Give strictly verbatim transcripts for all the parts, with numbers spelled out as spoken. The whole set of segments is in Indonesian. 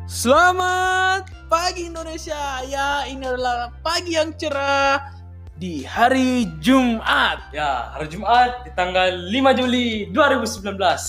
Selamat pagi Indonesia. Ya, ini adalah pagi yang cerah di hari Jumat. Ya, hari Jumat di tanggal lima Juli dua ribu sembilan belas.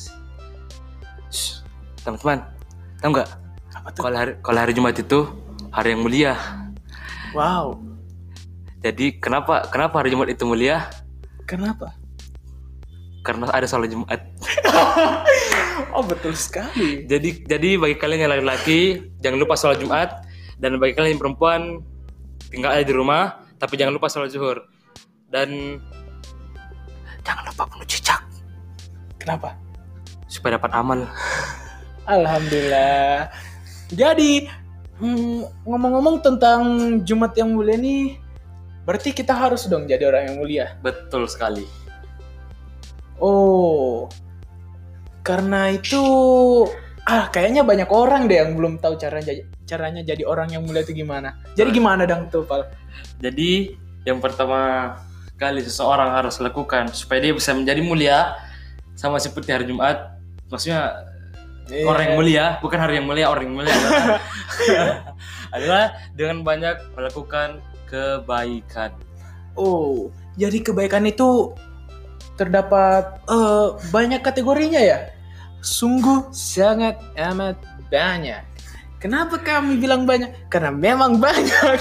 Shh, teman-teman, tahu nggak? Apa tuh? Kalau hari, kalau hari Jumat itu hari yang mulia. Wow. Jadi kenapa kenapa hari Jumat itu mulia? Kenapa? Karena ada sholat Jumat. Oh, betul sekali. Jadi jadi bagi kalian yang laki-laki jangan lupa sholat Jumat, dan bagi kalian yang perempuan tinggal aja di rumah tapi jangan lupa sholat zuhur, dan jangan lupa bunuh cicak Kenapa? supaya dapat amal. Alhamdulillah. Jadi mm, ngomong-ngomong tentang Jumat yang mulia nih, berarti kita harus dong jadi orang yang mulia. Betul sekali. Oh, karena itu ah kayaknya banyak orang deh yang belum tahu caranya caranya jadi orang yang mulia itu gimana. Jadi gimana dong tuh, Pal? Jadi yang pertama kali seseorang harus lakukan supaya dia bisa menjadi mulia sama seperti hari Jumat, maksudnya Yeah. orang yang mulia, bukan hari yang mulia, orang yang mulia adalah, adalah dengan banyak melakukan kebaikan. Oh, jadi kebaikan itu terdapat eh, banyak kategorinya ya? Sungguh sangat amat banyak. Kenapa kami bilang banyak? Karena memang banyak.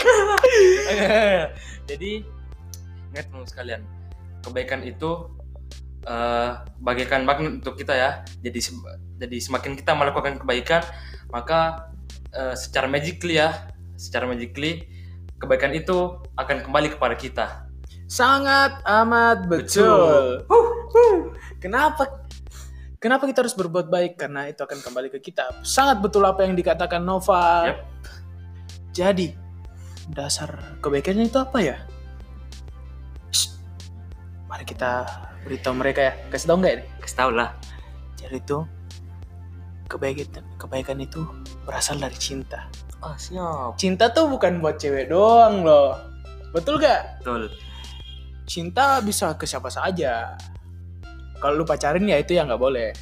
Jadi ingat teman sekalian, kebaikan itu uh, bagaikan magnet untuk kita ya. Jadi jadi semakin kita melakukan kebaikan, maka uh, secara magically ya, secara magically kebaikan itu akan kembali kepada kita. Sangat amat betul. Huh, huh. Kenapa? Kenapa kita harus berbuat baik? Karena itu akan kembali ke kita. Sangat betul apa yang dikatakan Nova. Yep. Jadi dasar kebaikan itu apa ya? Shh. Mari kita beritahu mereka ya. Kasih tahu nggak ini? Kasih tahu lah. Jadi itu kebaikan kebaikan itu berasal dari cinta. Oh siap. Cinta tuh bukan buat cewek doang loh. Betul gak? Betul. Cinta bisa ke siapa saja. Kalau lu pacarin ya itu ya nggak boleh.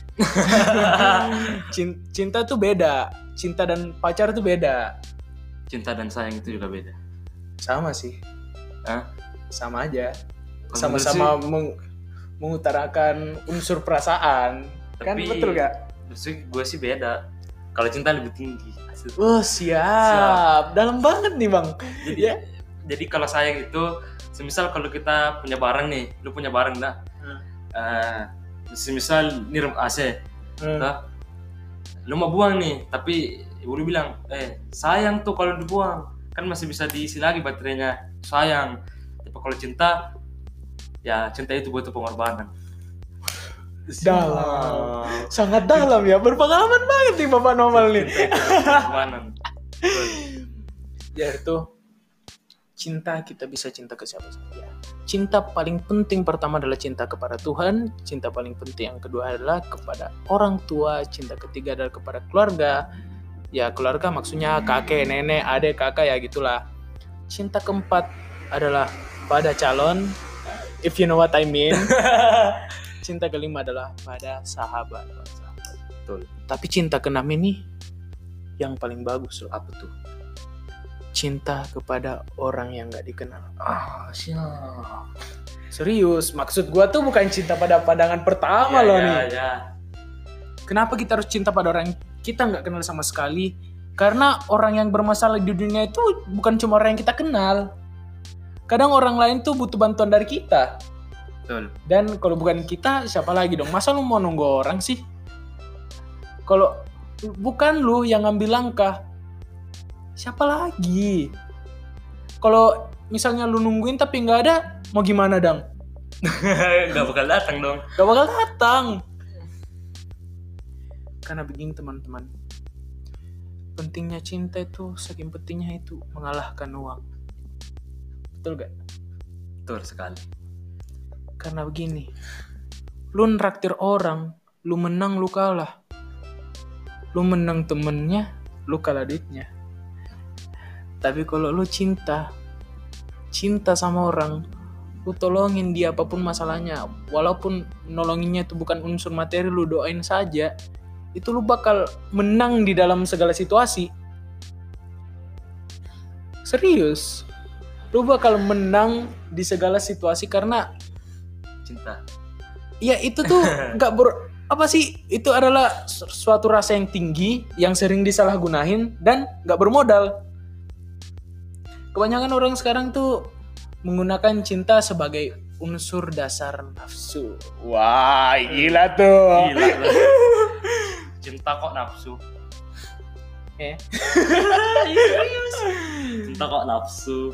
Cinta tuh beda. Cinta dan pacar tuh beda. Cinta dan sayang itu juga beda. Sama sih. Hah? Sama aja. Kalau Sama-sama meng- mengutarakan unsur perasaan. Kan Tapi- betul gak? Maksudnya gue sih beda. Kalau cinta lebih tinggi. Oh siap. siap. Dalam banget nih bang. Jadi, Ya. jadi kalau sayang itu, semisal kalau kita punya barang nih, lu punya barang dah. Hmm. Uh, semisal ini rem A C, Hmm. dah. Lu mau buang nih, tapi ibu lu bilang, eh sayang tuh kalau dibuang, kan masih bisa diisi lagi baterainya. Sayang. Tapi kalau cinta, ya cinta itu butuh pengorbanan. Dalam. Sangat dalam ya. Berpengalaman banget nih Bapak Nomal nih. Cinta itu butuh pengorbanan. Ya itu cinta, kita bisa cinta ke siapa saja. Cinta paling penting pertama adalah cinta kepada Tuhan. Cinta paling penting yang kedua adalah kepada orang tua. Cinta ketiga adalah kepada keluarga. Ya keluarga maksudnya kakek, nenek, adik, kakak ya gitulah. Cinta keempat adalah pada calon. If you know what I mean. Cinta kelima adalah pada sahabat. Betul. Tapi cinta keenam ini yang paling bagus loh. Apa tuh? Cinta kepada orang yang gak dikenal. Ah, siap. Serius, maksud gua tuh bukan cinta pada pandangan pertama Ya, loh ya, nih. ya. Kenapa kita harus cinta pada orang yang kita gak kenal sama sekali? Karena orang yang bermasalah di dunia itu bukan cuma orang yang kita kenal. Kadang orang lain tuh butuh bantuan dari kita. Betul. Dan kalau bukan kita, siapa lagi dong? Masa lu mau nunggu orang sih? Kalau bukan lu yang ngambil langkah, siapa lagi? Kalau misalnya lu nungguin tapi nggak ada, mau gimana dong? Gak bakal datang dong. Gak bakal datang. Karena begini teman-teman, pentingnya cinta itu, saking pentingnya itu mengalahkan uang. Betul gak? Betul sekali. Karena begini, lu nraktir orang, lu menang lu kalah. Lu menang temennya, lu kalah duitnya. Tapi kalau lu cinta, cinta sama orang, lu tolongin dia apapun masalahnya. Walaupun nolonginnya itu bukan unsur materi, lu doain saja. itu lu bakal menang di dalam segala situasi. Serius, lu bakal menang di segala situasi karena Cinta. ya itu tuh nggak ber apa sih, itu adalah su- suatu rasa yang tinggi yang sering disalahgunain dan nggak bermodal. Kebanyakan orang sekarang tuh menggunakan cinta sebagai unsur dasar nafsu. Wah, gila tuh. Gila loh. Cinta kok nafsu. Eh. Cinta kok nafsu.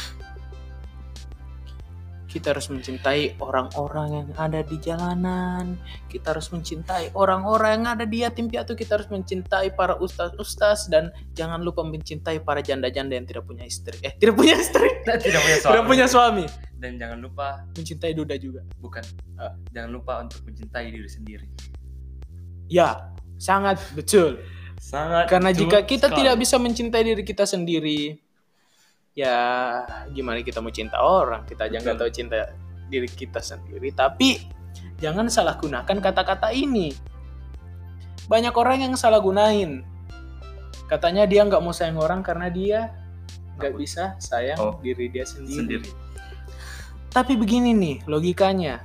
Kita harus mencintai orang-orang yang ada di jalanan. Kita harus mencintai orang-orang yang ada di yatim piatu. Kita harus mencintai para ustaz-ustaz. Dan jangan lupa mencintai para janda-janda yang tidak punya istri. Eh, tidak punya istri. Tidak punya suami. Tidak punya suami. Dan jangan lupa Mencintai duda juga. bukan. Ah. Jangan lupa untuk mencintai diri sendiri. Ya, sangat betul. Sangat. Karena betul jika kita sekali. tidak bisa mencintai diri kita sendiri, ya gimana kita mau cinta orang? Kita aja nggak Betul. tahu cinta diri kita sendiri. Tapi jangan salah gunakan kata-kata ini. Banyak orang yang salah gunain. Katanya dia nggak mau sayang orang karena dia nggak Apa? bisa sayang Oh, diri dia sendiri. sendiri. Tapi begini nih logikanya.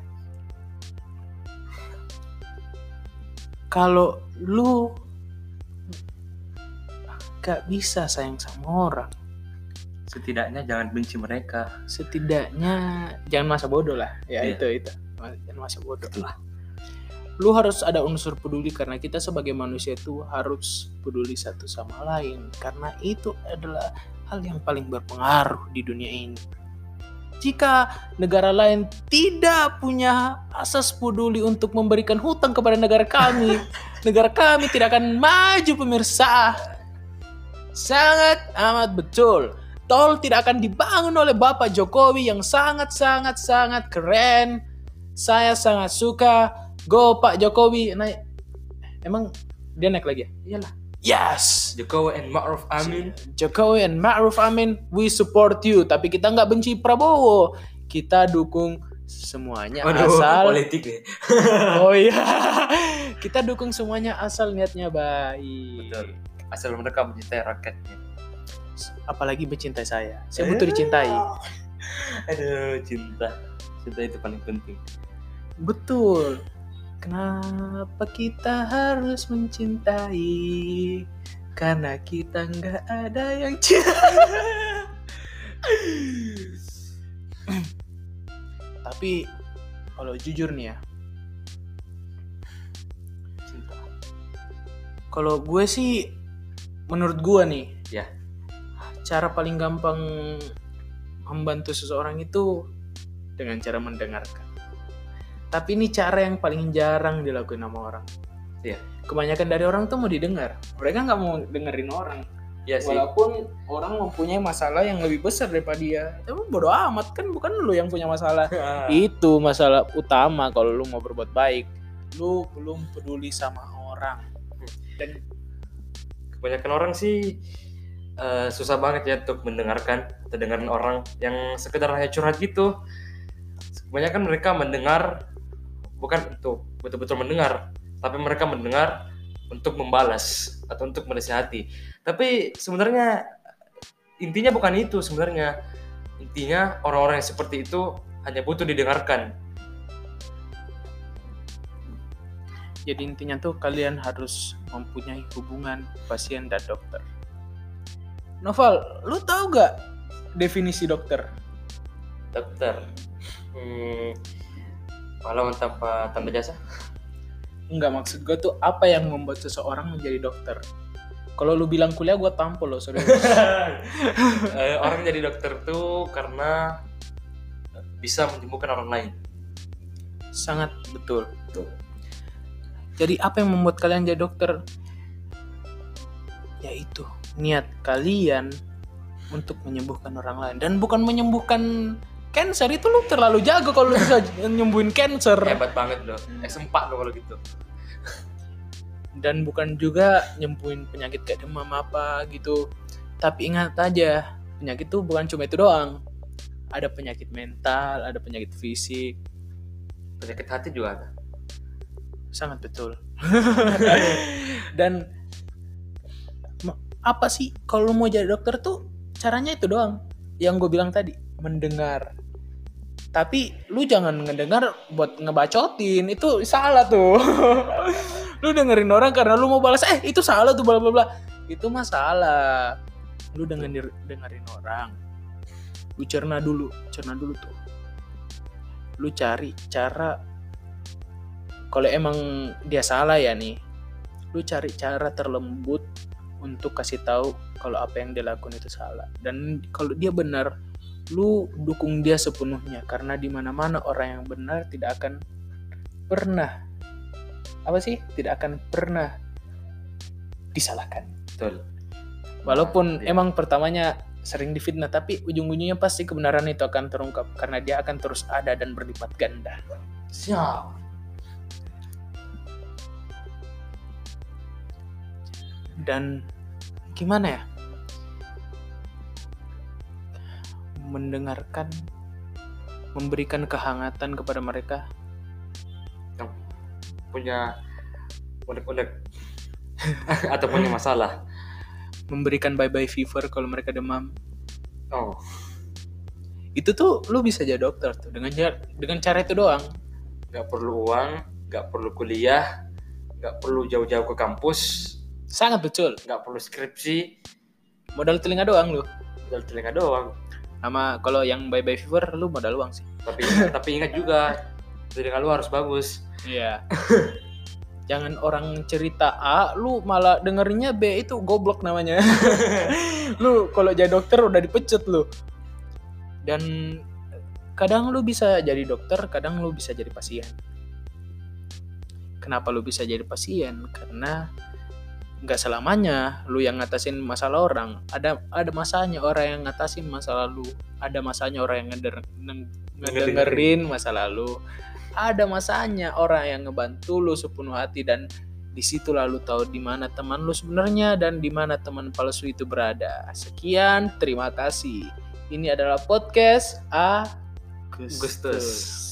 Kalau lu gak bisa sayang sama orang, Setidaknya jangan benci mereka. setidaknya jangan masa bodoh lah. Ya Iya. itu itu. Jangan masa bodoh. Itulah. Lu harus ada unsur peduli karena kita sebagai manusia itu harus peduli satu sama lain karena itu adalah hal yang paling berpengaruh di dunia ini. Jika negara lain tidak punya asas peduli untuk memberikan hutang kepada negara kami, negara kami tidak akan maju, pemirsa. Sangat amat betul. Tol tidak akan dibangun oleh Bapak Jokowi yang sangat-sangat-sangat keren. Saya sangat suka. Go Pak Jokowi. Naik. Emang dia naik lagi ya? Iyalah. Yes. Jokowi and Ma'ruf Amin. Jokowi and Ma'ruf Amin, we support you. Tapi kita nggak benci Prabowo. Kita dukung semuanya Waduh, asal. politik nih. Oh iya. Kita dukung semuanya asal niatnya baik. Betul. Asal mereka mencintai rakyatnya. Apalagi mencintai saya. Saya butuh dicintai. Aduh, cinta. Cinta itu paling penting. Betul. Kenapa kita harus mencintai? Karena kita nggak ada yang cinta. Tapi kalau jujur nih ya, Cinta. kalau gue sih, menurut gue nih, Ya. cara paling gampang membantu seseorang itu dengan cara mendengarkan. Tapi ini cara yang paling jarang dilakuin sama orang. Iya. Kebanyakan dari orang tuh mau didengar. Mereka nggak mau dengerin orang. Ya sih. Walaupun orang mempunyai masalah yang lebih besar daripada dia. Tapi bodo amat, kan bukan lu yang punya masalah. Itu masalah utama kalau lu mau berbuat baik. Lu belum peduli sama orang. Dan Kebanyakan orang sih eh, susah banget ya untuk mendengarkan atau dengerin orang yang sekedar hanya curhat gitu. Kebanyakan mereka mendengar bukan untuk betul-betul mendengar, tapi mereka mendengar untuk membalas atau untuk menasihati. Tapi sebenarnya intinya bukan itu sebenarnya. Intinya orang-orang yang seperti itu hanya butuh didengarkan. jadi intinya tuh kalian harus mempunyai hubungan pasien dan dokter. Noval, lu tahu gak definisi dokter? Dokter, hmm, pahlawan tanpa tanda jasa. Enggak, maksud gue tuh apa yang membuat seseorang menjadi dokter. Kalau lu bilang kuliah, gue tampol loh, sorry. Eh, orang jadi dokter tuh karena bisa menyembuhkan orang lain. Sangat betul. Betul. Jadi apa yang membuat kalian jadi dokter? Yaitu niat kalian untuk menyembuhkan orang lain. Dan bukan menyembuhkan cancer, itu lu terlalu jago kalau lu bisa nyembuhin cancer. Hebat banget loh. S empat loh kalau gitu. Dan bukan juga nyembuhin penyakit kayak demam apa gitu. Tapi ingat aja, penyakit itu bukan cuma itu doang. Ada penyakit mental, ada penyakit fisik. Penyakit hati juga ada. Sangat betul. Dan apa sih kalau mau jadi dokter tuh caranya itu doang yang gue bilang tadi, mendengar. Tapi lu jangan ngedengar buat ngebacotin, itu salah tuh. Lu dengerin orang karena lu mau balas, eh itu salah tuh bla bla bla. Itu masalah. Lu dengerin dengerin orang. Lu cerna dulu, cerna dulu tuh. Lu cari cara, kalau emang dia salah ya nih, lu cari cara terlembut untuk kasih tahu kalau apa yang dia lakukan itu salah. Dan kalau dia benar, lu dukung dia sepenuhnya, karena di mana-mana orang yang benar tidak akan pernah apa sih? Tidak akan pernah disalahkan. Betul. Walaupun Nah, iya. emang pertamanya sering difitnah, tapi ujung-ujungnya pasti kebenaran itu akan terungkap karena dia akan terus ada dan berlipat ganda. Siap. Dan gimana ya? Mendengarkan, memberikan kehangatan kepada mereka Yang punya unek-unek atau punya masalah. Memberikan bye-bye fever kalau mereka demam. Oh. Itu tuh lu bisa jadi dokter tuh dengan dengan cara itu doang. Gak perlu uang, gak perlu kuliah, gak perlu jauh-jauh ke kampus. Sangat betul. Gak perlu skripsi. Modal telinga doang lu. Modal telinga doang. Sama kalau yang bye-bye fever lu modal uang sih. Tapi tapi ingat juga telinga lu harus bagus. Iya. Jangan orang cerita A, lu malah dengerinnya B, itu goblok namanya. Lu kalau jadi dokter udah dipecut lu. Dan kadang lu bisa jadi dokter, kadang lu bisa jadi pasien. Kenapa lu bisa jadi pasien? Karena nggak selamanya lu yang ngatasin masalah orang. Ada ada masanya orang yang ngatasin masalah lu. Ada masanya orang yang ngeder, ngedengerin masa lalu. Ada masanya orang yang ngebantu lu sepenuh hati, dan di situ lalu tahu di mana teman lu sebenarnya dan di mana teman palsu itu berada. Sekian, terima kasih. Ini adalah podcast Agustus.